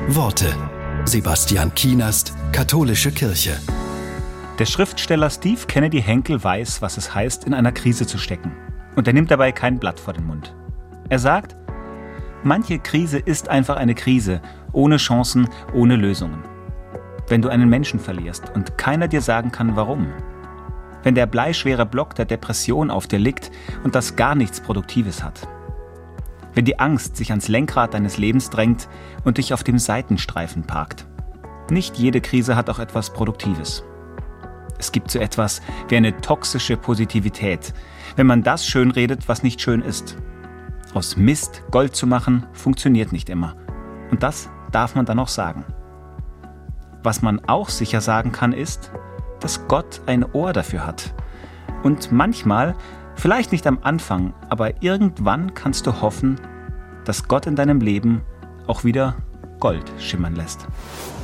Worte. Sebastian Kienast, Katholische Kirche. Der Schriftsteller Steve Kennedy Henkel weiß, was es heißt, in einer Krise zu stecken. Und er nimmt dabei kein Blatt vor den Mund. Er sagt, manche Krise ist einfach eine Krise, ohne Chancen, ohne Lösungen. Wenn du einen Menschen verlierst und keiner dir sagen kann, warum. Wenn der bleischwere Block der Depression auf dir liegt und das gar nichts Produktives hat. Wenn die Angst sich ans Lenkrad deines Lebens drängt und dich auf dem Seitenstreifen parkt. Nicht jede Krise hat auch etwas Produktives. Es gibt so etwas wie eine toxische Positivität, wenn man das schönredet, was nicht schön ist. Aus Mist Gold zu machen, funktioniert nicht immer. Und das darf man dann auch sagen. Was man auch sicher sagen kann, ist, dass Gott ein Ohr dafür hat. Und manchmal, vielleicht nicht am Anfang, aber irgendwann kannst du hoffen, dass Gott in deinem Leben auch wieder Gold schimmern lässt.